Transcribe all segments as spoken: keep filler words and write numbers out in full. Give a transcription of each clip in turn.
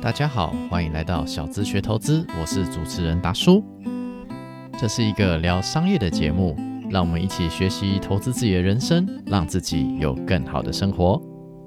大家好，欢迎来到小资学投资，我是主持人达叔。这是一个聊商业的节目，让我们一起学习投资自己的人生，让自己有更好的生活。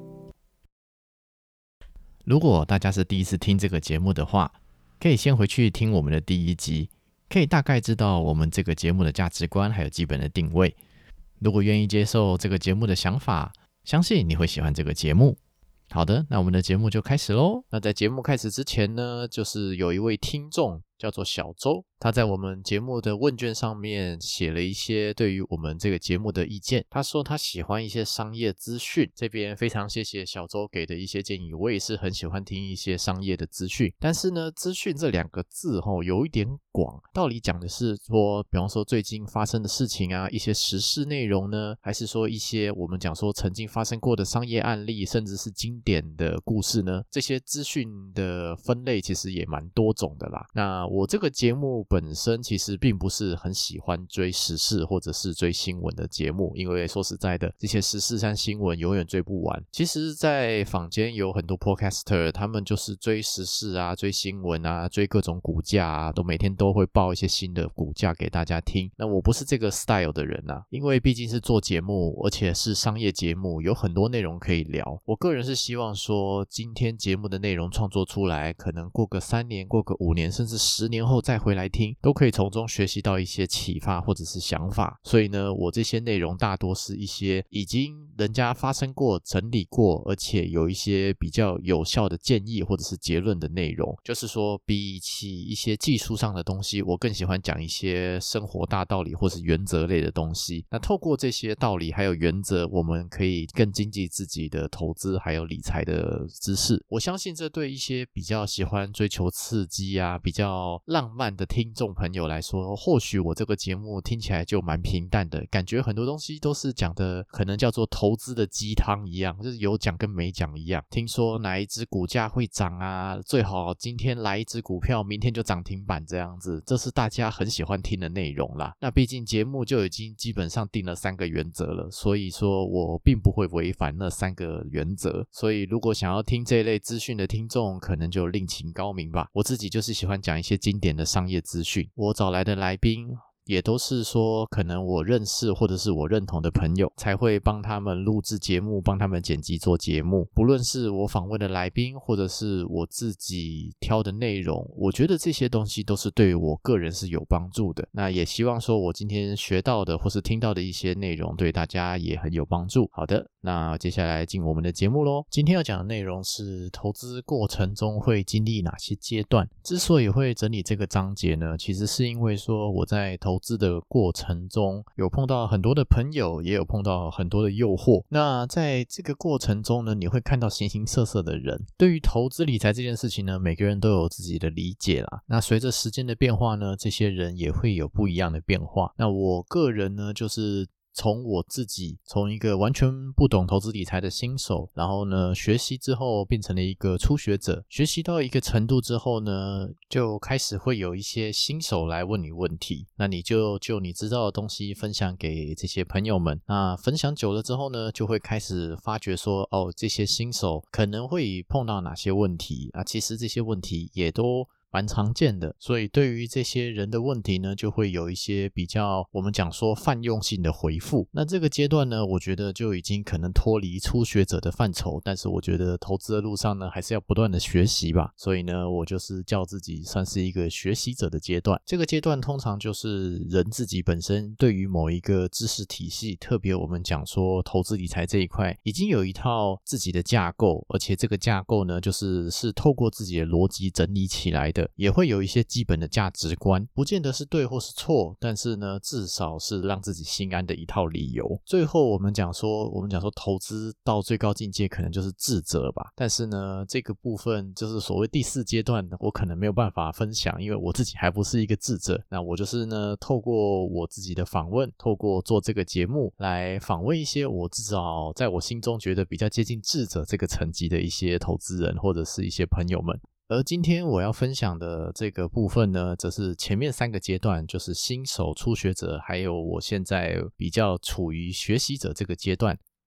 如果大家是第一次听这个节目的话，可以先回去听我们的第一集，可以大概知道我们这个节目的价值观还有基本的定位。如果愿意接受这个节目的想法，相信你会喜欢这个节目。好的，那我们的节目就开始咯。那在节目开始之前呢，就是有一位听众叫做小周，他在我们节目的问卷上面写了一些对于我们这个节目的意见。他说他喜欢一些商业资讯，这边非常谢谢小周给的一些建议，我也是很喜欢听一些商业的资讯。但是呢，资讯这两个字齁有一点广，到底讲的是说比方说最近发生的事情啊，一些时事内容呢，还是说一些我们讲说曾经发生过的商业案例，甚至是经典的故事呢？这些资讯的分类其实也蛮多种的啦。那我这个节目本身其实并不是很喜欢追时事或者是追新闻的节目，因为说实在的，这些时事和新闻永远追不完。其实在坊间有很多 podcaster， 他们就是追时事啊，追新闻啊，追各种股价啊，都每天都会报一些新的股价给大家听。那我不是这个 style 的人啊，因为毕竟是做节目，而且是商业节目，有很多内容可以聊。我个人是希望说今天节目的内容创作出来，可能过个三年，过个五年，甚至十年后再回来听，都可以从中学习到一些启发或者是想法。所以呢，我这些内容大多是一些已经人家发生过、整理过，而且有一些比较有效的建议或者是结论的内容。就是说比起一些技术上的东西，我更喜欢讲一些生活大道理或是原则类的东西。那透过这些道理还有原则，我们可以更精进自己的投资还有理财的知识。我相信这对一些比较喜欢追求刺激啊，比较浪漫的听众朋友来说，或许我这个节目听起来就蛮平淡的，感觉很多东西都是讲的可能叫做投资的鸡汤一样，就是有讲跟没讲一样。听说哪一只股价会涨啊，最好今天来一只股票，明天就涨停板这样子，这是大家很喜欢听的内容啦。那毕竟节目就已经基本上定了三个原则了，所以说我并不会违反那三个原则。所以如果想要听这一类资讯的听众，可能就另请高明吧。我自己就是喜欢讲一些经典的商业资讯，我找来的来宾也都是说可能我认识或者是我认同的朋友，才会帮他们录制节目，帮他们剪辑做节目。不论是我访问的来宾或者是我自己挑的内容，我觉得这些东西都是对我个人是有帮助的。那也希望说我今天学到的或是听到的一些内容对大家也很有帮助。好的，那接下来进我们的节目咯。今天要讲的内容是投资过程中会经历哪些阶段。之所以会整理这个章节呢，其实是因为说我在投资的过程中有碰到很多的朋友，也有碰到很多的诱惑。那在这个过程中呢，你会看到形形色色的人。对于投资理财这件事情呢，每个人都有自己的理解啦。那随着时间的变化呢，这些人也会有不一样的变化。那我个人呢，就是从我自己从一个完全不懂投资理财的新手，然后呢学习之后变成了一个初学者，学习到一个程度之后呢，就开始会有一些新手来问你问题，那你就就你知道的东西分享给这些朋友们。那分享久了之后呢，就会开始发觉说哦，这些新手可能会碰到哪些问题啊，其实这些问题也都蛮常见的，所以对于这些人的问题呢，就会有一些比较我们讲说泛用性的回复。那这个阶段呢，我觉得就已经可能脱离初学者的范畴，但是我觉得投资的路上呢，还是要不断的学习吧。所以呢，我就是叫自己算是一个学习者的阶段。这个阶段通常就是人自己本身对于某一个知识体系，特别我们讲说投资理财这一块，已经有一套自己的架构，而且这个架构呢，就是是透过自己的逻辑整理起来的。也会有一些基本的价值观，不见得是对或是错，但是呢，至少是让自己心安的一套理由。最后我们讲说，我们讲说投资到最高境界可能就是智者吧，但是呢，这个部分就是所谓第四阶段，我可能没有办法分享，因为我自己还不是一个智者。那我就是呢，透过我自己的访问，透过做这个节目来访问一些我至少在我心中觉得比较接近智者这个层级的一些投资人或者是一些朋友们。而今天我要分享的这个部分呢，则是前面三个阶段，就是新手、初学者，还有我现在比较处于学习者这个阶段。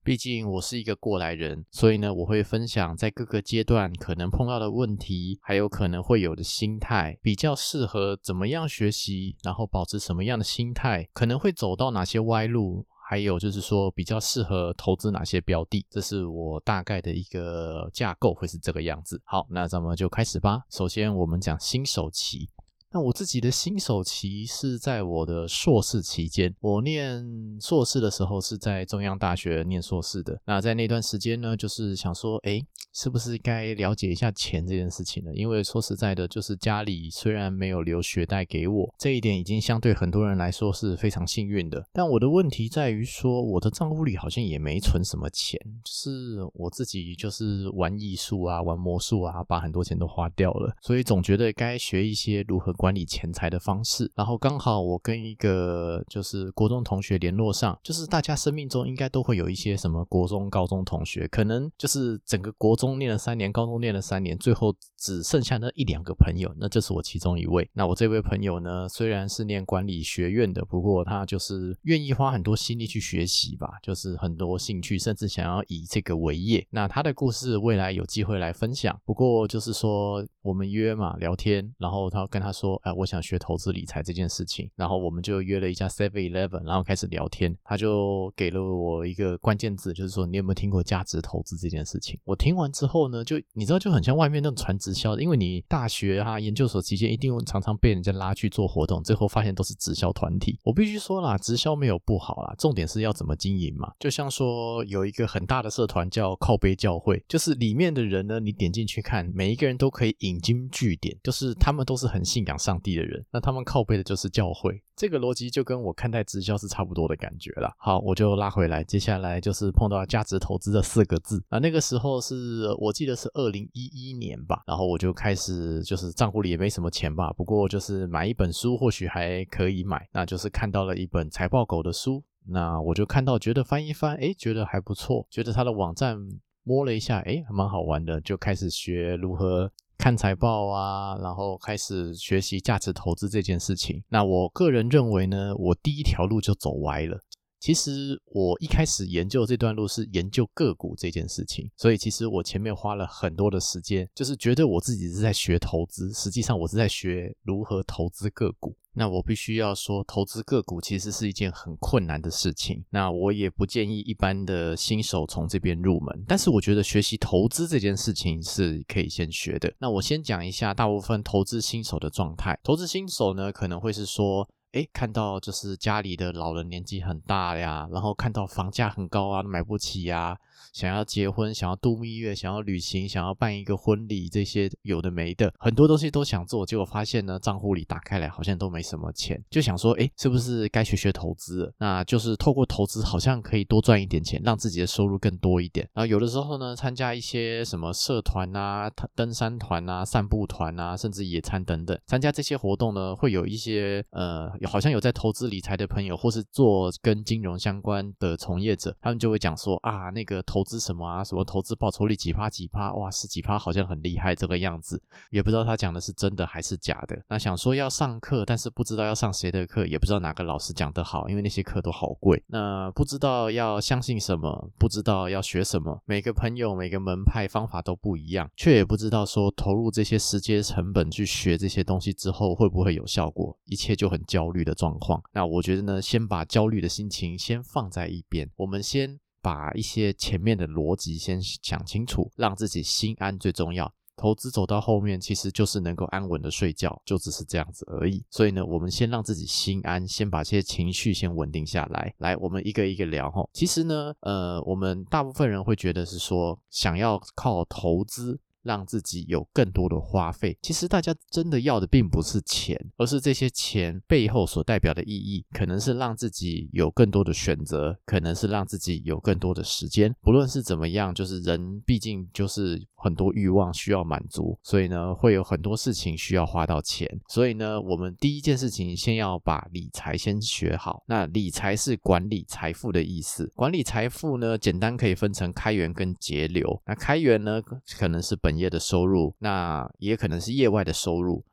毕竟我是一个过来人，所以呢我会分享在各个阶段可能碰到的问题，还有可能会有的心态，比较适合怎么样学习，然后保持什么样的心态，可能会走到哪些歪路，还有就是说比较适合投资哪些标的，这是我大概的一个架构会是这个样子。好，那咱们就开始吧。首先我们讲新手期。那我自己的新手期是在我的硕士期间，我念硕士的时候是在中央大学念硕士的。那在那段时间呢，就是想说诶是不是该了解一下钱这件事情呢？因为说实在的，就是家里虽然没有留学贷给我，这一点已经相对很多人来说是非常幸运的，但我的问题在于说我的账户里好像也没存什么钱，就是我自己就是玩艺术啊，玩魔术啊，把很多钱都花掉了，所以总觉得该学一些如何管理钱财的方式。然后刚好我跟一个就是国中同学联络上，就是大家生命中应该都会有一些什么国中高中同学，可能就是整个国中念了三年，高中念了三年，最后只剩下那一两个朋友，那这是我其中一位。那我这位朋友呢，虽然是念管理学院的，不过他就是愿意花很多心力去学习吧，就是很多兴趣，甚至想要以这个为业。那他的故事未来有机会来分享，不过就是说我们约嘛聊天，然后他跟他说哎，我想学投资理财这件事情，然后我们就约了一家 seven eleven， 然后开始聊天。他就给了我一个关键字，就是说你有没有听过价值投资这件事情。我听完之后呢，就你知道就很像外面那种传直销的，因为你大学啊研究所期间一定常常被人家拉去做活动，最后发现都是直销团体。我必须说啦，直销没有不好啦，重点是要怎么经营嘛。就像说有一个很大的社团叫靠背教会，就是里面的人呢，你点进去看，每一个人都可以引经据典，就是他们都是很信仰上帝的人，那他们靠背的就是教会。这个逻辑就跟我看待直销是差不多的感觉啦。好，我就拉回来，接下来就是碰到价值投资的四个字。那那个时候是我记得是二零一一年吧，然后我就开始就是账户里也没什么钱吧，不过就是买一本书或许还可以买，那就是看到了一本财报狗的书，那我就看到觉得翻一翻，诶觉得还不错，觉得他的网站摸了一下，诶还蛮好玩的，就开始学如何看财报啊，然后开始学习价值投资这件事情。那我个人认为呢，我第一条路就走歪了。其实我一开始研究这段路是研究个股这件事情，所以其实我前面花了很多的时间，就是觉得我自己是在学投资，实际上我是在学如何投资个股。那我必须要说，投资个股其实是一件很困难的事情，那我也不建议一般的新手从这边入门，但是我觉得学习投资这件事情是可以先学的。那我先讲一下大部分投资新手的状态。投资新手呢，可能会是说诶，看到就是家里的老人年纪很大呀，然后看到房价很高啊，买不起呀，想要结婚，想要度蜜月，想要旅行，想要办一个婚礼，这些有的没的，很多东西都想做，结果发现呢，账户里打开来好像都没什么钱，就想说，诶，是不是该学学投资了？那就是透过投资好像可以多赚一点钱，让自己的收入更多一点。然后有的时候呢，参加一些什么社团啊、登山团啊、散步团啊，甚至野餐等等，参加这些活动呢，会有一些呃好像有在投资理财的朋友，或是做跟金融相关的从业者，他们就会讲说啊，那个投资什么啊，什么投资报酬率几趴几趴，哇，十几趴好像很厉害这个样子，也不知道他讲的是真的还是假的。那想说要上课，但是不知道要上谁的课，也不知道哪个老师讲得好，因为那些课都好贵。那不知道要相信什么，不知道要学什么，每个朋友每个门派方法都不一样，却也不知道说投入这些时间成本去学这些东西之后会不会有效果，一切就很焦虑的状况。那我觉得呢，先把焦虑的心情先放在一边，我们先把一些前面的逻辑先想清楚，让自己心安最重要。投资走到后面其实就是能够安稳的睡觉，就只是这样子而已。所以呢，我们先让自己心安，先把这些情绪先稳定下来。来，我们一个一个聊齁。其实呢，呃，我们大部分人会觉得是说，想要靠投资让自己有更多的花费，其实大家真的要的并不是钱，而是这些钱背后所代表的意义，可能是让自己有更多的选择，可能是让自己有更多的时间。不论是怎么样，就是人毕竟就是很多欲望需要满足，所以呢会有很多事情需要花到钱。所以呢，我们第一件事情先要把理财先学好。那理财是管理财富的意思，管理财富呢简单可以分成开源跟节流。那开源呢可能是本业的收入，那也可能是业外的收入，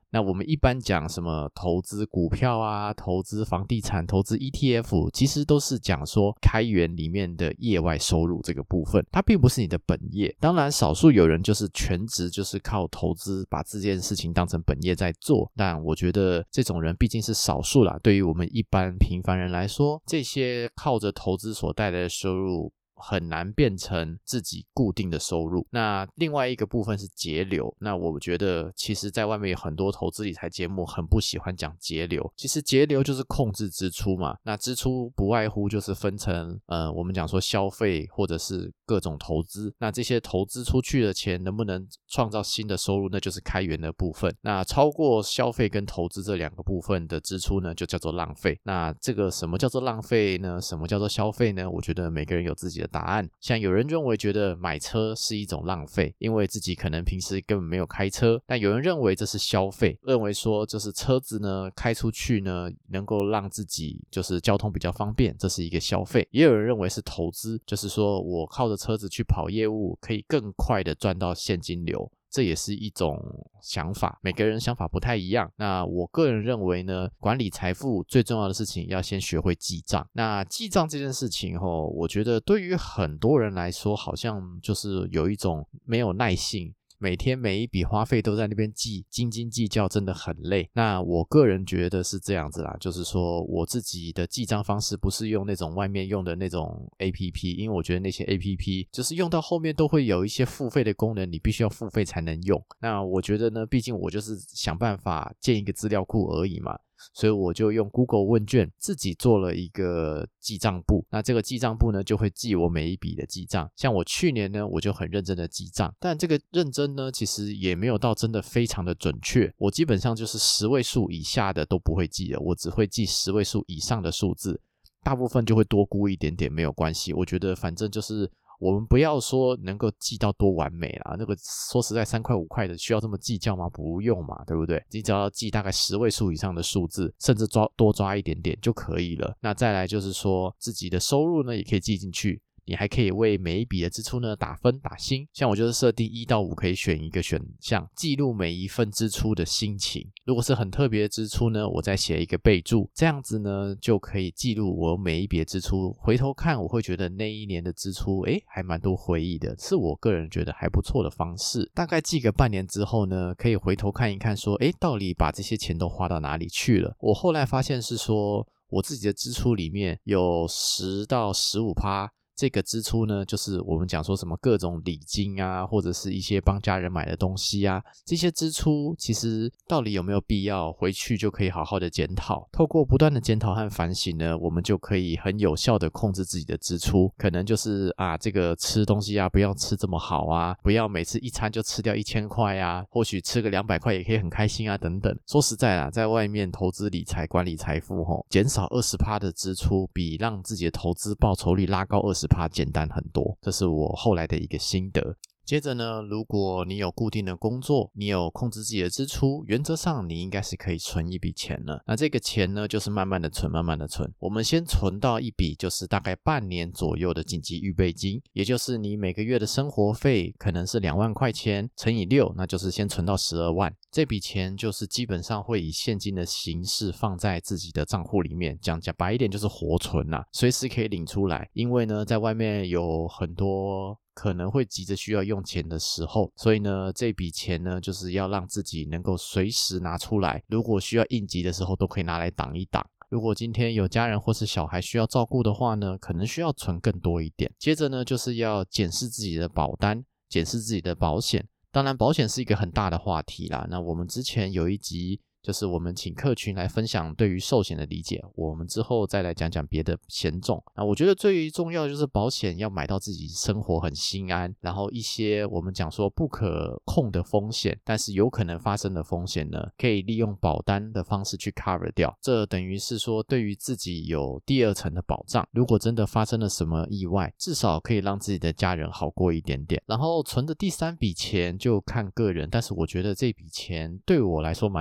那我们一般讲什么投资股票啊，投资房地产，投资 E T F， 其实都是讲说开源里面的业外收入这个部分，它并不是你的本业。当然少数有人就是全职就是靠投资把这件事情当成本业在做，但我觉得这种人毕竟是少数啦，对于我们一般平凡人来说，这些靠着投资所带来的收入很难变成自己固定的收入。那另外一个部分是节流，那我觉得其实在外面有很多投资理财节目很不喜欢讲节流，其实节流就是控制支出嘛，那支出不外乎就是分成呃，我们讲说消费或者是各种投资，那这些投资出去的钱能不能创造新的收入，那就是开源的部分。那超过消费跟投资这两个部分的支出呢，就叫做浪费。那这个什么叫做浪费呢？什么叫做消费呢？我觉得每个人有自己的答案。像有人认为觉得买车是一种浪费，因为自己可能平时根本没有开车，但有人认为这是消费，认为说就是车子呢开出去呢能够让自己就是交通比较方便，这是一个消费。也有人认为是投资，就是说我靠着车子去跑业务可以更快的赚到现金流，这也是一种想法，每个人想法不太一样。那我个人认为呢，管理财富最重要的事情要先学会记账。那记账这件事情齁，我觉得对于很多人来说好像就是有一种没有耐性，每天每一笔花费都在那边记，斤斤计较真的很累。那我个人觉得是这样子啦，就是说我自己的记账方式不是用那种外面用的那种 A P P， 因为我觉得那些 A P P 就是用到后面都会有一些付费的功能，你必须要付费才能用。那我觉得呢，毕竟我就是想办法建一个资料库而已嘛，所以我就用 Google 问卷自己做了一个记账簿。那这个记账簿呢就会记我每一笔的记账，像我去年呢我就很认真的记账，但这个认真呢其实也没有到真的非常的准确，我基本上就是十位数以下的都不会记的，我只会记十位数以上的数字，大部分就会多估一点点没有关系。我觉得反正就是我们不要说能够记到多完美啦，那个说实在三块五块的需要这么计较吗？不用嘛，对不对？你只要记大概十位数以上的数字，甚至抓多抓一点点就可以了。那再来就是说自己的收入呢也可以记进去，你还可以为每一笔的支出呢打分打星，像我就是设定一到五可以选一个选项，记录每一份支出的心情。如果是很特别的支出呢，我再写一个备注，这样子呢就可以记录我每一笔的支出，回头看我会觉得那一年的支出诶还蛮多回忆的，是我个人觉得还不错的方式。大概记个半年之后呢，可以回头看一看说诶到底把这些钱都花到哪里去了。我后来发现是说我自己的支出里面有十到十五%这个支出呢就是我们讲说什么各种礼金啊，或者是一些帮家人买的东西啊，这些支出其实到底有没有必要，回去就可以好好的检讨。透过不断的检讨和反省呢，我们就可以很有效的控制自己的支出，可能就是啊这个吃东西啊不要吃这么好啊，不要每次一餐就吃掉一千块啊，或许吃个两百块也可以很开心啊等等。说实在啦，在外面投资理财管理财富齁，减少 百分之二十 的支出比让自己的投资报酬率拉高 百分之二十简单很多，这是我后来的一个心得。接着呢，如果你有固定的工作，你有控制自己的支出，原则上你应该是可以存一笔钱了。那这个钱呢，就是慢慢的存，慢慢的存。我们先存到一笔就是大概半年左右的紧急预备金，也就是你每个月的生活费可能是两万块钱，乘以六，那就是先存到十二万。这笔钱就是基本上会以现金的形式放在自己的账户里面，讲讲白一点就是活存啦，随时可以领出来。因为呢，在外面有很多可能会急着需要用钱的时候，所以呢这笔钱呢就是要让自己能够随时拿出来，如果需要应急的时候都可以拿来挡一挡。如果今天有家人或是小孩需要照顾的话呢，可能需要存更多一点。接着呢就是要检视自己的保单，检视自己的保险。当然保险是一个很大的话题啦，那我们之前有一集就是我们请客群来分享对于寿险的理解，我们之后再来讲讲别的险种。那我觉得最重要的就是保险要买到自己生活很心安，然后一些我们讲说不可控的风险，但是有可能发生的风险呢，可以利用保单的方式去 cover 掉，这等于是说对于自己有第二层的保障，如果真的发生了什么意外，至少可以让自己的家人好过一点点。然后存的第三笔钱就看个人，但是我觉得这笔钱对我来说蛮重要的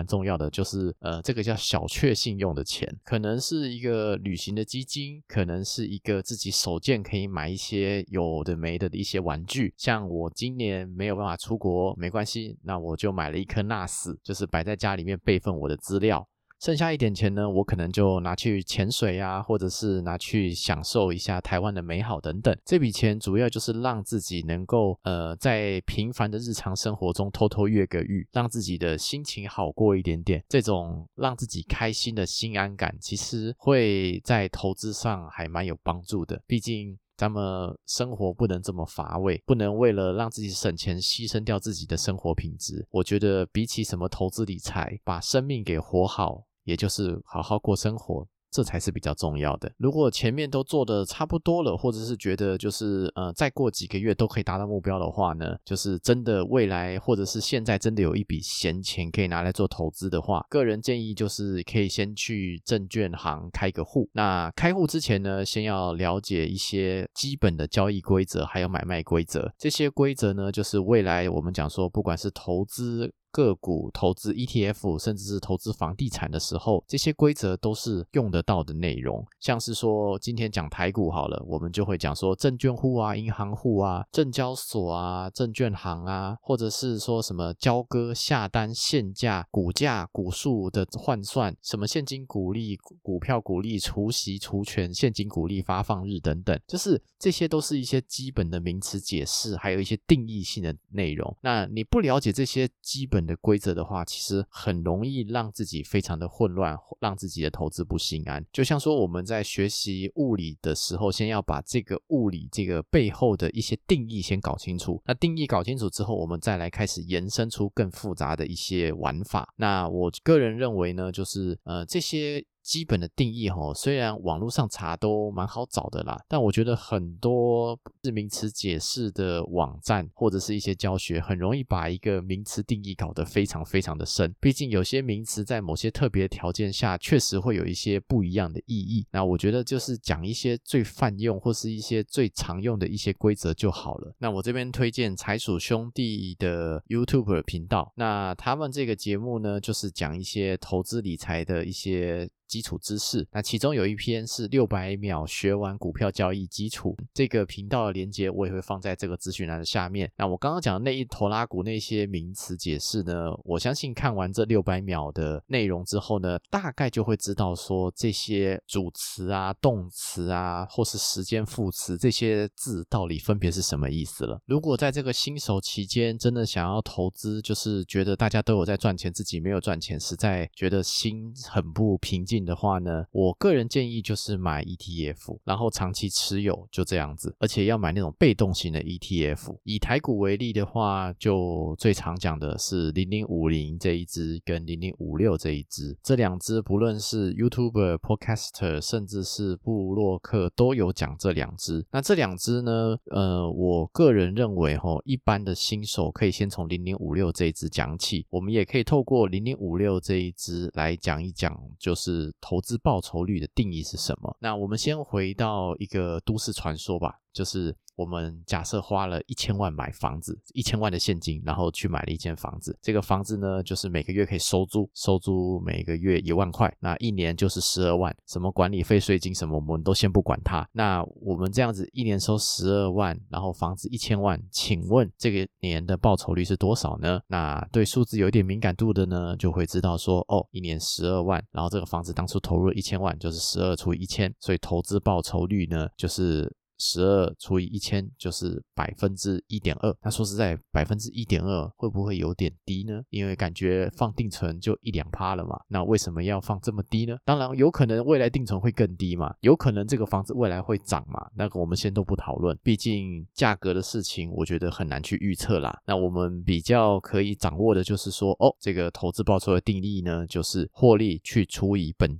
的就是呃，这个叫小确幸用的钱，可能是一个旅行的基金，可能是一个自己手贱可以买一些有的没的的一些玩具，像我今年没有办法出国没关系，那我就买了一颗 N A S， 就是摆在家里面备份我的资料，剩下一点钱呢，我可能就拿去潜水啊，或者是拿去享受一下台湾的美好等等。这笔钱主要就是让自己能够呃在平凡的日常生活中偷偷越个狱，让自己的心情好过一点点。这种让自己开心的心安感，其实会在投资上还蛮有帮助的。毕竟咱们生活不能这么乏味，不能为了让自己省钱牺牲掉自己的生活品质。我觉得比起什么投资理财，把生命给活好，也就是好好过生活，这才是比较重要的。如果前面都做的差不多了，或者是觉得就是呃再过几个月都可以达到目标的话呢，就是真的未来或者是现在真的有一笔闲钱可以拿来做投资的话，个人建议就是可以先去证券行开个户。那开户之前呢，先要了解一些基本的交易规则还有买卖规则。这些规则呢，就是未来我们讲说不管是投资个股、投资 E T F 甚至是投资房地产的时候，这些规则都是用得到的内容。像是说今天讲台股好了，我们就会讲说证券户啊、银行户啊、证交所啊、证券行啊，或者是说什么交割、下单、限价、股价、股数的换算，什么现金股利、股票股利、除息、除权、现金股利发放日等等，就是这些都是一些基本的名词解释，还有一些定义性的内容。那你不了解这些基本的规则的话，其实很容易让自己非常的混乱，让自己的投资不心安。就像说我们在学习物理的时候，先要把这个物理这个背后的一些定义先搞清楚，那定义搞清楚之后，我们再来开始延伸出更复杂的一些玩法。那我个人认为呢，就是呃这些基本的定义齁，虽然网络上查都蛮好找的啦，但我觉得很多名词解释的网站或者是一些教学，很容易把一个名词定义搞得非常非常的深。毕竟有些名词在某些特别条件下，确实会有一些不一样的意义。那我觉得就是讲一些最泛用或是一些最常用的一些规则就好了。那我这边推荐财鼠兄弟的 YouTube 频道，那他们这个节目呢，就是讲一些投资理财的一些基础知识。那其中有一篇是六百秒学完股票交易基础，这个频道的连结我也会放在这个资讯栏的下面。那我刚刚讲的那一头拉股那些名词解释呢，我相信看完这六百秒的内容之后呢，大概就会知道说这些主词啊、动词啊，或是时间副词这些字到底分别是什么意思了。如果在这个新手期间真的想要投资，就是觉得大家都有在赚钱，自己没有赚钱，实在觉得心很不平静的话呢，我个人建议就是买 E T F， 然后长期持有，就这样子。而且要买那种被动型的 E T F。以台股为例的话，就最常讲的是零零五零这一支跟零零五六这一支，这两支不论是 YouTuber、Podcaster 甚至是部落客都有讲这两支。那这两支呢，呃，我个人认为齁，一般的新手可以先从零零五六这一支讲起，我们也可以透过零零五六这一支来讲一讲，就是投资报酬率的定义是什么。那我们先回到一个都市传说吧，就是我们假设花了一千万买房子，一千万的现金，然后去买了一间房子。这个房子呢，就是每个月可以收租，收租每个月一万块，那一年就是十二万，什么管理费、税金什么，我们都先不管它。那我们这样子一年收十二万，然后房子一千万，请问这个年的报酬率是多少呢？那对数字有一点敏感度的呢，就会知道说，哦，一年十二万，然后这个房子当初投入了一千万，就是十二除以一千，所以投资报酬率呢，就是十二除以一千就是百分之一点二。那说实在，百分之一点二会不会有点低呢？因为感觉放定存就一两趴了嘛，那为什么要放这么低呢？当然有可能未来定存会更低嘛，有可能这个房子未来会涨嘛，那个我们先都不讨论，毕竟价格的事情我觉得很难去预测啦。那我们比较可以掌握的就是说，哦，这个投资报酬的定义呢，就是获利去除以本金。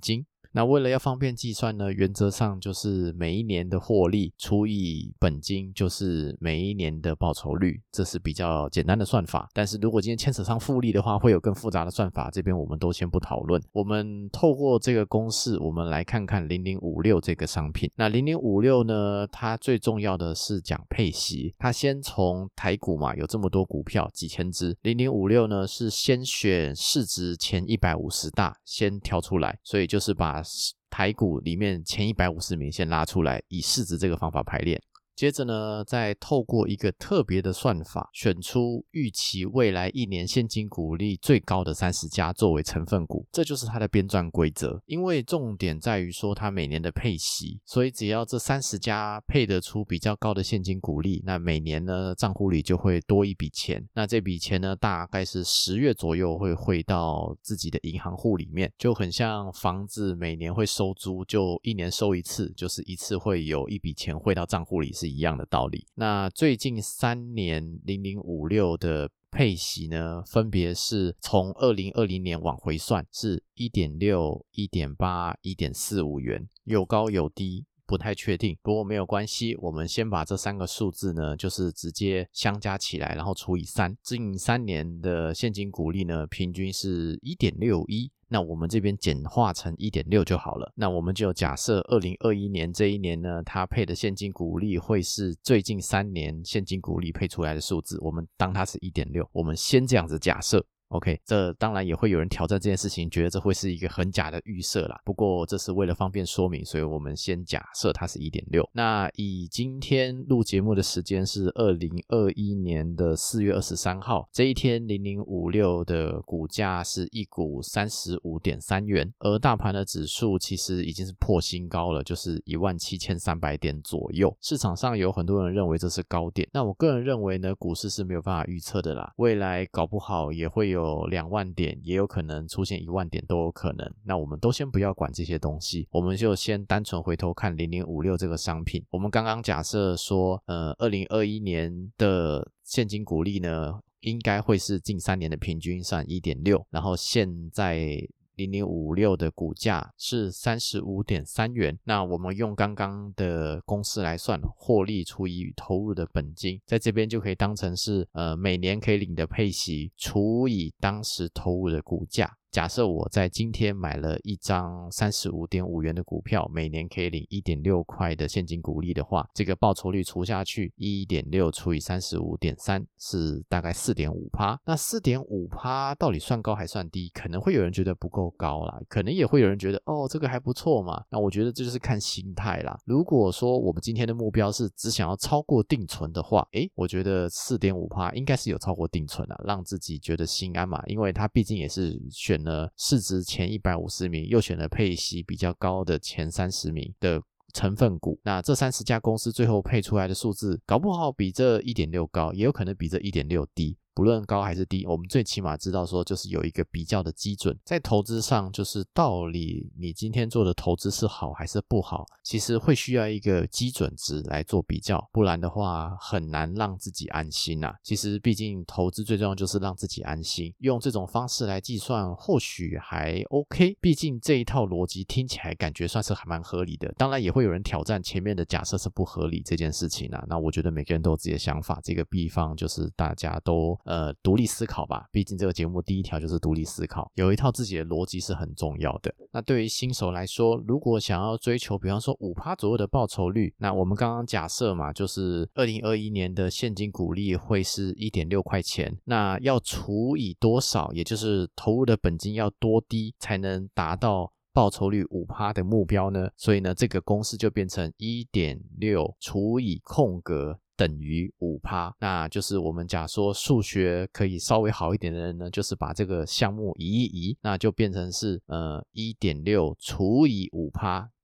那为了要方便计算呢，原则上就是每一年的获利除以本金就是每一年的报酬率，这是比较简单的算法。但是如果今天牵扯上复利的话，会有更复杂的算法，这边我们都先不讨论。我们透过这个公式，我们来看看零零五六这个商品。那零零五六呢，它最重要的是讲配息，它先从台股嘛，有这么多股票几千只，零零五六呢是先选市值前一百五十大先挑出来，所以就是把台股里面前一百五十名先拉出来，以市值这个方法排列。接着呢，再透过一个特别的算法，选出预期未来一年现金股利最高的三十家作为成分股，这就是它的编撰规则。因为重点在于说它每年的配息，所以只要这三十家配得出比较高的现金股利，那每年呢账户里就会多一笔钱。那这笔钱呢，大概是十月左右会汇到自己的银行户里面，就很像房子每年会收租，就一年收一次，就是一次会有一笔钱汇到账户里是一样的道理。那最近三年零零五六的配息呢，分别是从二零二零年往回算是 一点六、一点八、一点四五 元，有高有低，不太确定，不过没有关系，我们先把这三个数字呢，就是直接相加起来，然后除以三，近三年的现金股利呢，平均是 一点六一，那我们这边简化成 一点六 就好了。那我们就假设二零二一年这一年呢，它配的现金股利会是最近三年现金股利配出来的数字，我们当它是 一点六， 我们先这样子假设。OK， 这当然也会有人挑战这件事情，觉得这会是一个很假的预设啦。不过这是为了方便说明，所以我们先假设它是 一点六。那以今天录节目的时间是二零二一年的四月二十三号，这一天零零五六的股价是一股 三十五点三元，而大盘的指数其实已经是破新高了，就是 一万七千三百点左右。市场上有很多人认为这是高点，那我个人认为呢，股市是没有办法预测的啦，未来搞不好也会有有两万点，也有可能出现一万点，都有可能。那我们都先不要管这些东西，我们就先单纯回头看零零五六这个商品。我们刚刚假设说呃二零二一年的现金股利呢，应该会是近三年的平均算 一点六， 然后现在零零五六的股价是 三十五点三元，那我们用刚刚的公式来算，获利除以投入的本金，在这边就可以当成是呃每年可以领的配息除以当时投入的股价。假设我在今天买了一张 三十五点五元的股票，每年可以领 一点六块的现金股利的话，这个报酬率除下去 一点六 除以 三十五点三 是大概 四点五趴。 那 四点五趴 到底算高还算低？可能会有人觉得不够高啦，可能也会有人觉得哦这个还不错嘛。那我觉得这就是看心态啦。如果说我们今天的目标是只想要超过定存的话，诶我觉得 四点五趴 应该是有超过定存啦，让自己觉得心安嘛，因为它毕竟也是选了市值前一百五十名，又选了配息比较高的前三十名的成分股，那这三十家公司最后配出来的数字搞不好比这 一点六 高，也有可能比这 一点六 低。不论高还是低，我们最起码知道说就是有一个比较的基准。在投资上，就是到底你今天做的投资是好还是不好，其实会需要一个基准值来做比较，不然的话很难让自己安心啊。其实毕竟投资最重要就是让自己安心，用这种方式来计算或许还 OK， 毕竟这一套逻辑听起来感觉算是还蛮合理的。当然也会有人挑战前面的假设是不合理这件事情啊，那我觉得每个人都有自己的想法，这个地方就是大家都呃，独立思考吧，毕竟这个节目第一条就是独立思考，有一套自己的逻辑是很重要的。那对于新手来说，如果想要追求比方说 百分之五 左右的报酬率，那我们刚刚假设嘛，就是二零二一年的现金股利会是 一点六块钱，那要除以多少，也就是投入的本金要多低才能达到报酬率 百分之五 的目标呢？所以呢，这个公式就变成 一点六 除以空格等于 百分之五， 那就是我们假说数学可以稍微好一点的人呢，就是把这个项目移一移，那就变成是呃 一点六 除以 百分之五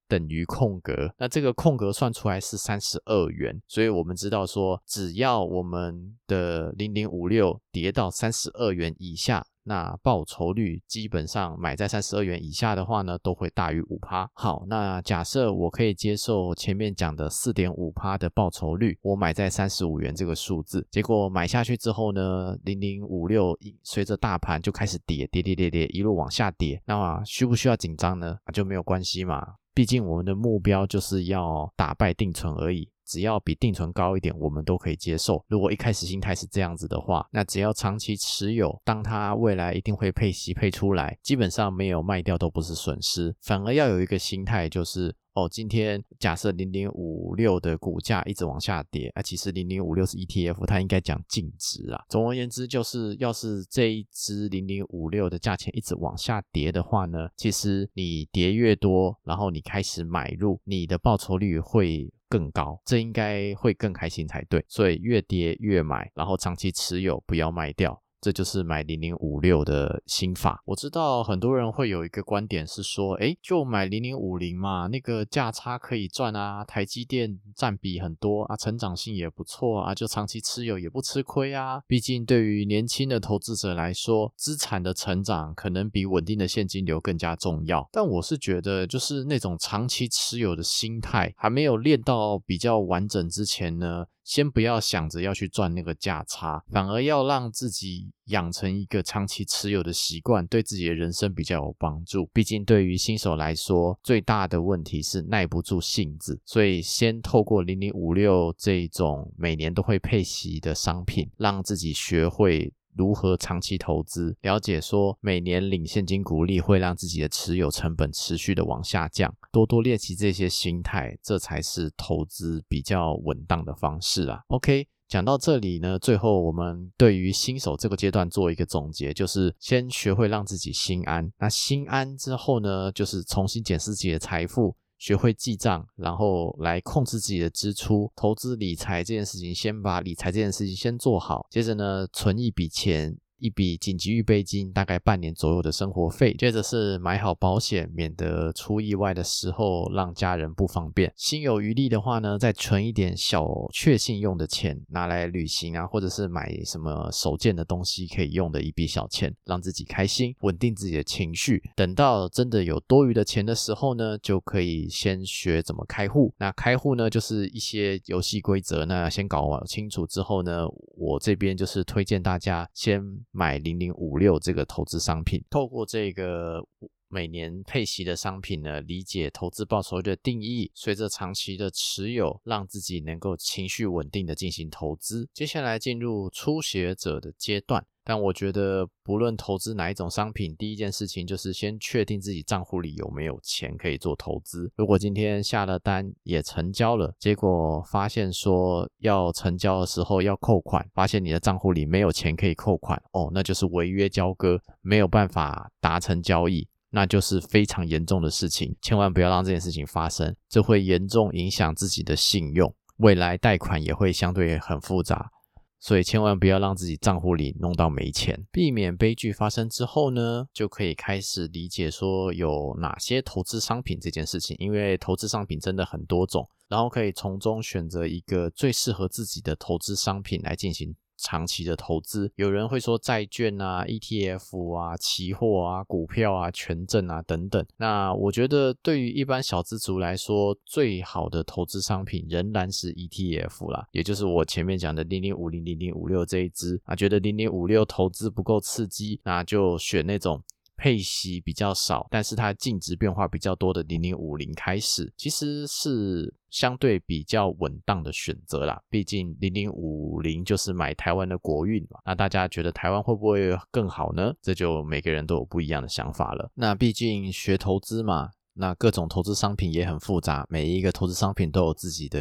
等于空格，那这个空格算出来是三十二元，所以我们知道说只要我们的零零五六跌到三十二元以下，那报酬率基本上买在三十二元以下的话呢，都会大于 百分之五。 好，那假设我可以接受前面讲的 百分之四点五 的报酬率，我买在三十五元这个数字，结果买下去之后呢，零零五六随着大盘就开始跌跌跌跌跌，一路往下跌，那需不需要紧张呢？就没有关系嘛，毕竟我们的目标就是要打败定存而已，只要比定存高一点我们都可以接受。如果一开始心态是这样子的话，那只要长期持有，当它未来一定会配息配出来，基本上没有卖掉都不是损失。反而要有一个心态，就是哦，今天假设零零五六的股价一直往下跌，啊，其实零零五六是 E T F， 它应该讲净值啊。总而言之，就是要是这一支零零五六的价钱一直往下跌的话呢，其实你跌越多，然后你开始买入，你的报酬率会更高，这应该会更开心才对。所以越跌越买，然后长期持有，不要卖掉。这就是买零零五六的心法。我知道很多人会有一个观点是说，诶，就买零零五零嘛，那个价差可以赚啊，台积电占比很多啊，成长性也不错啊，就长期持有也不吃亏啊。毕竟对于年轻的投资者来说，资产的成长可能比稳定的现金流更加重要。但我是觉得，就是那种长期持有的心态还没有练到比较完整之前呢，先不要想着要去赚那个价差，反而要让自己养成一个长期持有的习惯，对自己的人生比较有帮助。毕竟对于新手来说，最大的问题是耐不住性子，所以先透过零零五六这种每年都会配息的商品，让自己学会如何长期投资，了解说每年领现金股利会让自己的持有成本持续的往下降，多多练习这些心态，这才是投资比较稳当的方式啊。 OK，讲到这里呢，最后我们对于新手这个阶段做一个总结，就是先学会让自己心安。那心安之后呢，就是重新检视自己的财富，学会记账，然后来控制自己的支出。投资理财这件事情，先把理财这件事情先做好，接着呢，存一笔钱，一笔紧急预备金，大概半年左右的生活费，接着是买好保险，免得出意外的时候让家人不方便。心有余力的话呢，再存一点小确幸用的钱，拿来旅行啊，或者是买什么手件的东西可以用的一笔小钱，让自己开心，稳定自己的情绪。等到真的有多余的钱的时候呢，就可以先学怎么开户。那开户呢，就是一些游戏规则，那先搞清楚之后呢，我这边就是推荐大家先买零零五六这个投资商品，透过这个每年配息的商品呢，理解投资报酬率的定义，随着长期的持有，让自己能够情绪稳定的进行投资。接下来进入初学者的阶段，但我觉得不论投资哪一种商品，第一件事情就是先确定自己账户里有没有钱可以做投资。如果今天下了单也成交了，结果发现说要成交的时候要扣款，发现你的账户里没有钱可以扣款，哦，那就是违约交割，没有办法达成交易，那就是非常严重的事情，千万不要让这件事情发生，这会严重影响自己的信用，未来贷款也会相对很复杂，所以千万不要让自己账户里弄到没钱。避免悲剧发生之后呢，就可以开始理解说有哪些投资商品这件事情，因为投资商品真的很多种，然后可以从中选择一个最适合自己的投资商品来进行长期的投资。有人会说债券啊 E T F 啊期货啊股票啊权证啊等等，那我觉得对于一般小资族来说，最好的投资商品仍然是 E T F 啦，也就是我前面讲的零零五零 零零五六这一支啊，觉得零零五六投资不够刺激，那就选那种配息比较少但是它净值变化比较多的零零五零开始，其实是相对比较稳当的选择啦。毕竟零零五零就是买台湾的国运嘛，那大家觉得台湾会不会更好呢？这就每个人都有不一样的想法了。那毕竟学投资嘛，那各种投资商品也很复杂，每一个投资商品都有自己的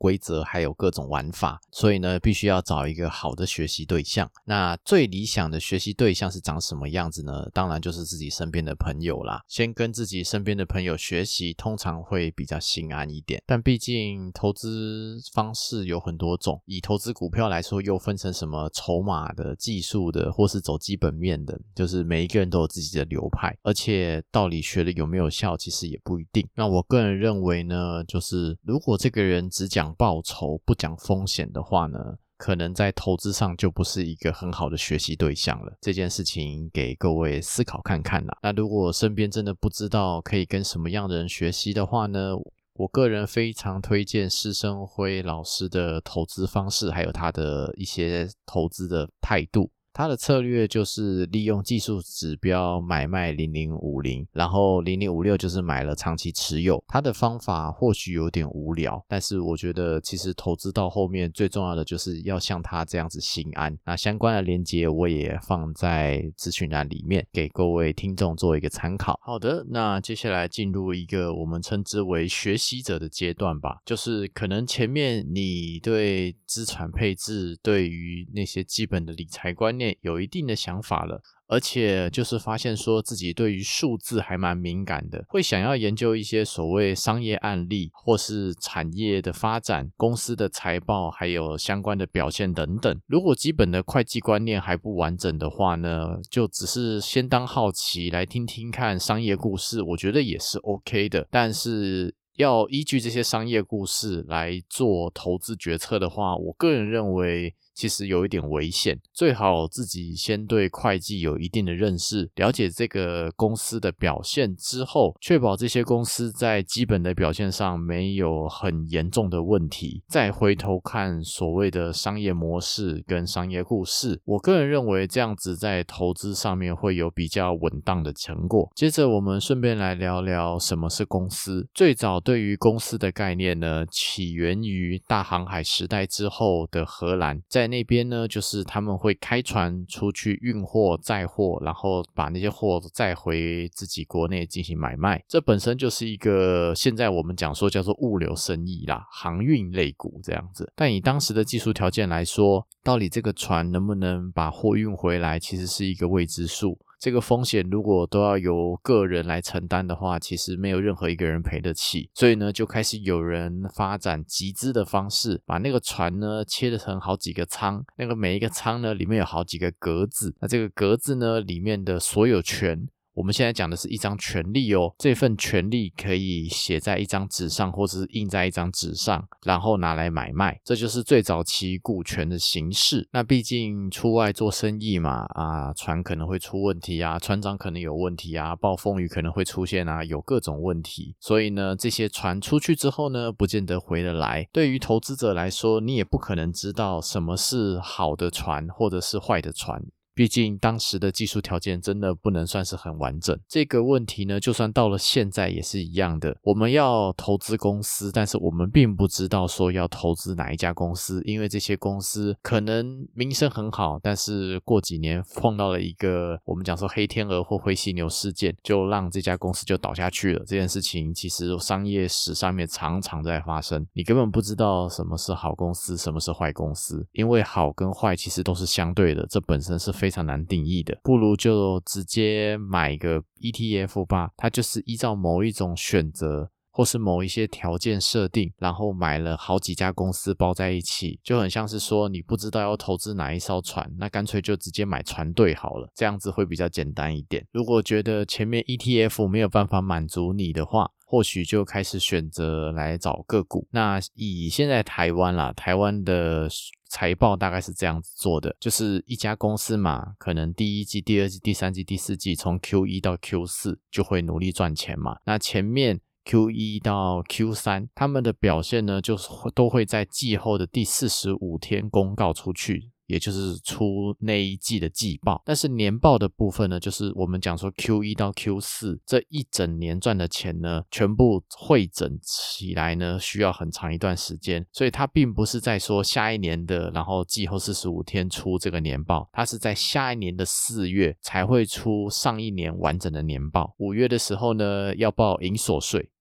规则还有各种玩法，所以呢必须要找一个好的学习对象。那最理想的学习对象是长什么样子呢？当然就是自己身边的朋友啦，先跟自己身边的朋友学习，通常会比较心安一点。但毕竟投资方式有很多种，以投资股票来说又分成什么筹码的、技术的或是走基本面的，就是每一个人都有自己的流派，而且到底学的有没有效其实也不一定。那我个人认为呢，就是如果这个人只讲报酬不讲风险的话呢，可能在投资上就不是一个很好的学习对象了。这件事情给各位思考看看啦。那如果身边真的不知道可以跟什么样的人学习的话呢，我个人非常推荐施昇辉老师的投资方式，还有他的一些投资的态度。他的策略就是利用技术指标买卖零零五零，然后零零五六就是买了长期持有。他的方法或许有点无聊，但是我觉得其实投资到后面最重要的就是要像他这样子心安。那相关的连结我也放在资讯栏里面，给各位听众做一个参考。好的，那接下来进入一个我们称之为学习者的阶段吧，就是可能前面你对资产配置，对于那些基本的理财观念有一定的想法了，而且就是发现说自己对于数字还蛮敏感的，会想要研究一些所谓商业案例或是产业的发展、公司的财报还有相关的表现等等。如果基本的会计观念还不完整的话呢，就只是先当好奇来听听看商业故事，我觉得也是 OK 的。但是要依据这些商业故事来做投资决策的话，我个人认为其实有一点危险，最好自己先对会计有一定的认识，了解这个公司的表现之后，确保这些公司在基本的表现上没有很严重的问题，再回头看所谓的商业模式跟商业故事。我个人认为这样子在投资上面会有比较稳当的成果。接着我们顺便来聊聊什么是公司。最早对于公司的概念呢，起源于大航海时代之后的荷兰，在那边呢，就是他们会开船出去运货载货，然后把那些货载回自己国内进行买卖。这本身就是一个现在我们讲说叫做物流生意啦，航运类股这样子。但以当时的技术条件来说，到底这个船能不能把货运回来，其实是一个未知数。这个风险如果都要由个人来承担的话，其实没有任何一个人赔得起。所以呢，就开始有人发展集资的方式，把那个船呢切成好几个舱，那个每一个舱呢里面有好几个格子，那这个格子呢里面的所有权，我们现在讲的是一张权利哦，这份权利可以写在一张纸上或者是印在一张纸上，然后拿来买卖，这就是最早期股权的形式。那毕竟出外做生意嘛，啊，船可能会出问题啊，船长可能有问题啊，暴风雨可能会出现啊，有各种问题。所以呢，这些船出去之后呢，不见得回得来。对于投资者来说，你也不可能知道什么是好的船或者是坏的船。毕竟当时的技术条件真的不能算是很完整。这个问题呢，就算到了现在也是一样的。我们要投资公司，但是我们并不知道说要投资哪一家公司，因为这些公司可能名声很好，但是过几年碰到了一个我们讲说黑天鹅或灰犀牛事件，就让这家公司就倒下去了。这件事情其实商业史上面常常在发生，你根本不知道什么是好公司，什么是坏公司，因为好跟坏其实都是相对的，这本身是非常难定义的。不如就直接买一个 E T F 吧，它就是依照某一种选择或是某一些条件设定，然后买了好几家公司包在一起，就很像是说你不知道要投资哪一艘船，那干脆就直接买船队好了，这样子会比较简单一点。如果觉得前面 E T F 没有办法满足你的话，或许就开始选择来找个股。那以现在台湾啦，台湾的财报大概是这样子做的，就是一家公司嘛，可能第一季、第二季、第三季、第四季从 Q 一 到 Q 四 就会努力赚钱嘛。那前面 Q 一 到 Q 三 他们的表现呢，就是都会在季后的第四十五天公告出去，也就是出那一季的季报。但是年报的部分呢，就是我们讲说 Q 一 到 Q 四 这一整年赚的钱呢，全部汇整起来呢，需要很长一段时间。所以它并不是在说下一年的然后季后四十五天出这个年报，它是在下一年的四月才会出上一年完整的年报。五月的时候呢，要报营所税，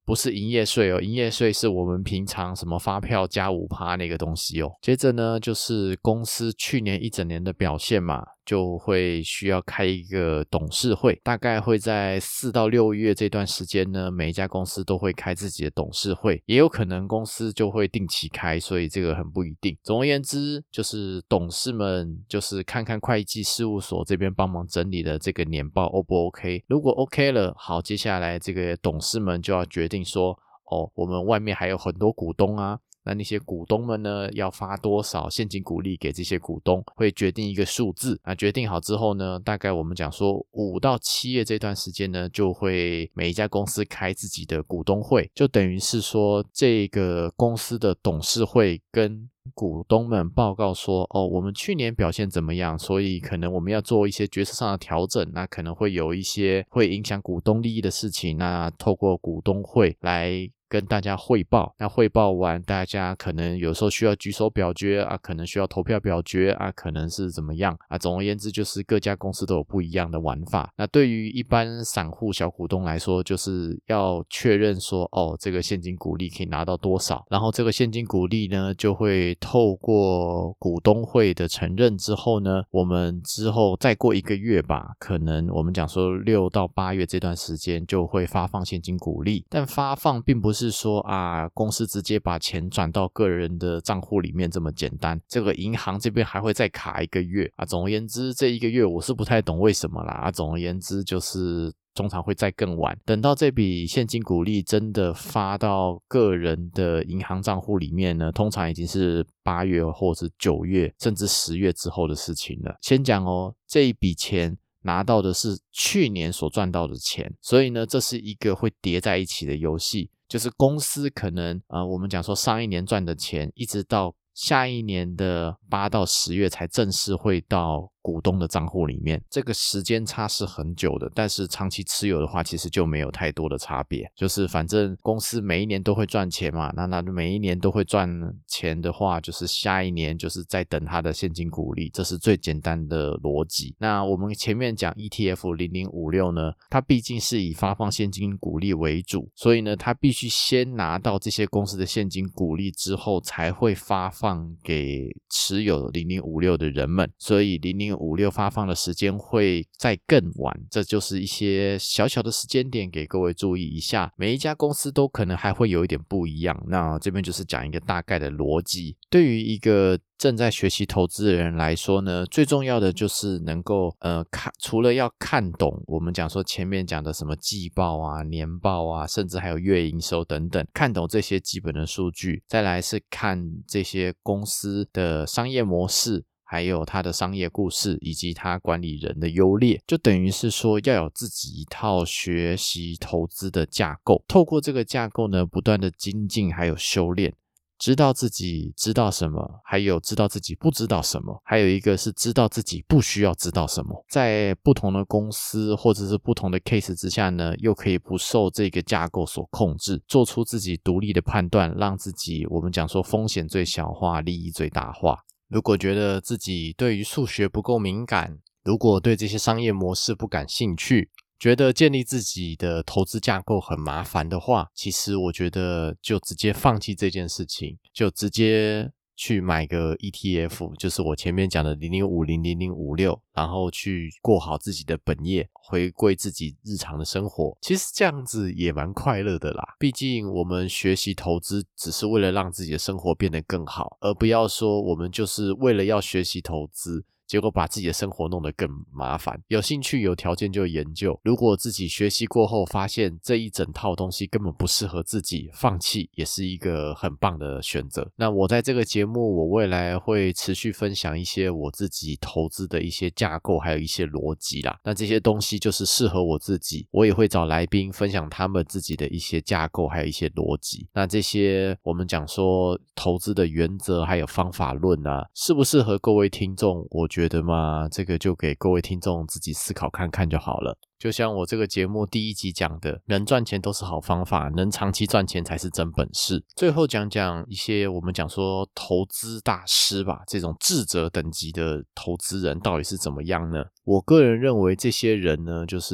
不是营业税哦，营业税是我们平常什么发票加 百分之五 那个东西哦。接着呢，就是公司去年一整年的表现嘛，就会需要开一个董事会，大概会在四到六月这段时间呢，每一家公司都会开自己的董事会，也有可能公司就会定期开，所以这个很不一定。总而言之，就是董事们就是看看会计事务所这边帮忙整理的这个年报 O 不 OK， 如果 OK 了，好，接下来这个董事们就要决定说，哦，我们外面还有很多股东啊，那那些股东们呢，要发多少现金股利给这些股东，会决定一个数字。那决定好之后呢，大概我们讲说五到七月这段时间呢，就会每一家公司开自己的股东会，就等于是说这个公司的董事会跟股东们报告说，哦，我们去年表现怎么样，所以可能我们要做一些决策上的调整，那可能会有一些会影响股东利益的事情，那透过股东会来跟大家汇报，那汇报完大家可能有时候需要举手表决啊，可能需要投票表决啊，可能是怎么样啊，总而言之就是各家公司都有不一样的玩法。那对于一般散户小股东来说，就是要确认说，哦，这个现金股利可以拿到多少，然后这个现金股利呢就会透过股东会的承认之后呢，我们之后再过一个月吧，可能我们讲说六到八月这段时间就会发放现金股利，但发放并不是是说啊，公司直接把钱转到个人的账户里面这么简单，这个银行这边还会再卡一个月啊。总而言之，这一个月我是不太懂为什么啦啊。总而言之，就是通常会再更晚，等到这笔现金股利真的发到个人的银行账户里面呢，通常已经是八月或是九月甚至十月之后的事情了。先讲哦，这一笔钱拿到的是去年所赚到的钱，所以呢，这是一个会叠在一起的游戏。就是公司可能呃，我们讲说上一年赚的钱，一直到下一年的八到十月才正式会到股东的账户里面，这个时间差是很久的，但是长期持有的话其实就没有太多的差别，就是反正公司每一年都会赚钱嘛，那那每一年都会赚钱的话，就是下一年就是在等它的现金股利，这是最简单的逻辑。那我们前面讲 E T F 零零五六 呢，它毕竟是以发放现金股利为主，所以呢它必须先拿到这些公司的现金股利之后才会发放给持有零零五六的人们，所以零零五六发放的时间会再更晚，这就是一些小小的时间点给各位注意一下，每一家公司都可能还会有一点不一样，那这边就是讲一个大概的逻辑。对于一个正在学习投资的人来说呢，最重要的就是能够呃看，除了要看懂我们讲说前面讲的什么季报啊、年报啊，甚至还有月营收等等，看懂这些基本的数据，再来是看这些公司的商业模式，还有他的商业故事，以及他管理人的优劣，就等于是说要有自己一套学习投资的架构，透过这个架构呢，不断的精进还有修炼，知道自己知道什么，还有知道自己不知道什么，还有一个是知道自己不需要知道什么，在不同的公司或者是不同的 case 之下呢，又可以不受这个架构所控制，做出自己独立的判断，让自己我们讲说风险最小化，利益最大化。如果觉得自己对于数学不够敏感，如果对这些商业模式不感兴趣，觉得建立自己的投资架构很麻烦的话，其实我觉得就直接放弃这件事情，就直接去买个 E T F， 就是我前面讲的零零五零、零零五六，然后去过好自己的本业，回归自己日常的生活。其实这样子也蛮快乐的啦，毕竟我们学习投资只是为了让自己的生活变得更好，而不要说我们就是为了要学习投资，结果把自己的生活弄得更麻烦。有兴趣有条件就研究，如果自己学习过后发现这一整套东西根本不适合自己，放弃也是一个很棒的选择。那我在这个节目，我未来会持续分享一些我自己投资的一些架构，还有一些逻辑啦。那这些东西就是适合我自己，我也会找来宾分享他们自己的一些架构，还有一些逻辑。那这些我们讲说投资的原则还有方法论啊，适不适合各位听众，我觉得觉得嘛，这个就给各位听众自己思考看看就好了。就像我这个节目第一集讲的，能赚钱都是好方法，能长期赚钱才是真本事。最后讲讲一些我们讲说投资大师吧，这种智者等级的投资人到底是怎么样呢？我个人认为这些人呢，就是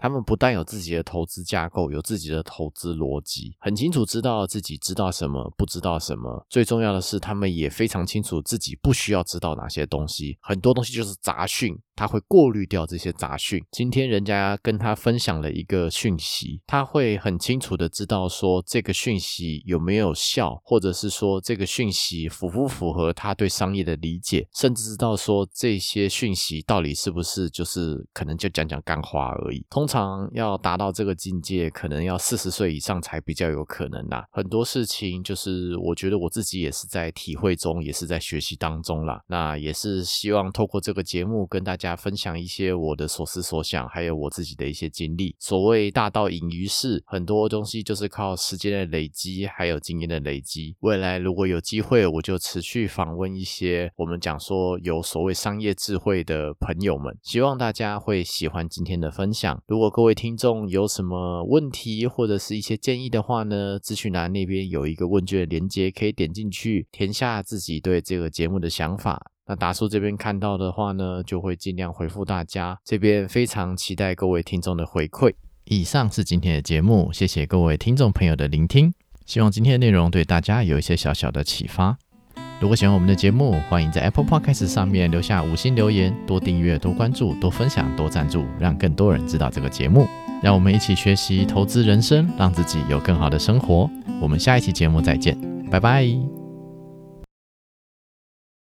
他们不但有自己的投资架构，有自己的投资逻辑，很清楚知道自己知道什么，不知道什么。最重要的是，他们也非常清楚自己不需要知道哪些东西，很多东西就是杂讯，他会过滤掉这些杂讯。今天人家跟他分享了一个讯息，他会很清楚的知道说这个讯息有没有效，或者是说这个讯息符不符合他对商业的理解，甚至知道说这些讯息到底是不是就是可能就讲讲干话而已。通常要达到这个境界，可能要四十岁以上才比较有可能啦。很多事情就是我觉得我自己也是在体会中，也是在学习当中啦。那也是希望透过这个节目跟大家分享一些我的所思所想，还有我自己的一些经历。所谓大道隐于市，很多东西就是靠时间的累积，还有经验的累积。未来如果有机会，我就持续访问一些我们讲说有所谓商业智慧的朋友们，希望大家会喜欢今天的分享。如果各位听众有什么问题或者是一些建议的话呢，资讯栏那边有一个问卷的连结，可以点进去填下自己对这个节目的想法。那达叔这边看到的话呢，就会尽量回复大家，这边非常期待各位听众的回馈。以上是今天的节目，谢谢各位听众朋友的聆听，希望今天的内容对大家有一些小小的启发。如果喜欢我们的节目，欢迎在 Apple Podcast 上面留下五星留言，多订阅、多关注、多分享、多赞助，让更多人知道这个节目。让我们一起学习投资人生，让自己有更好的生活。我们下一期节目再见，拜拜。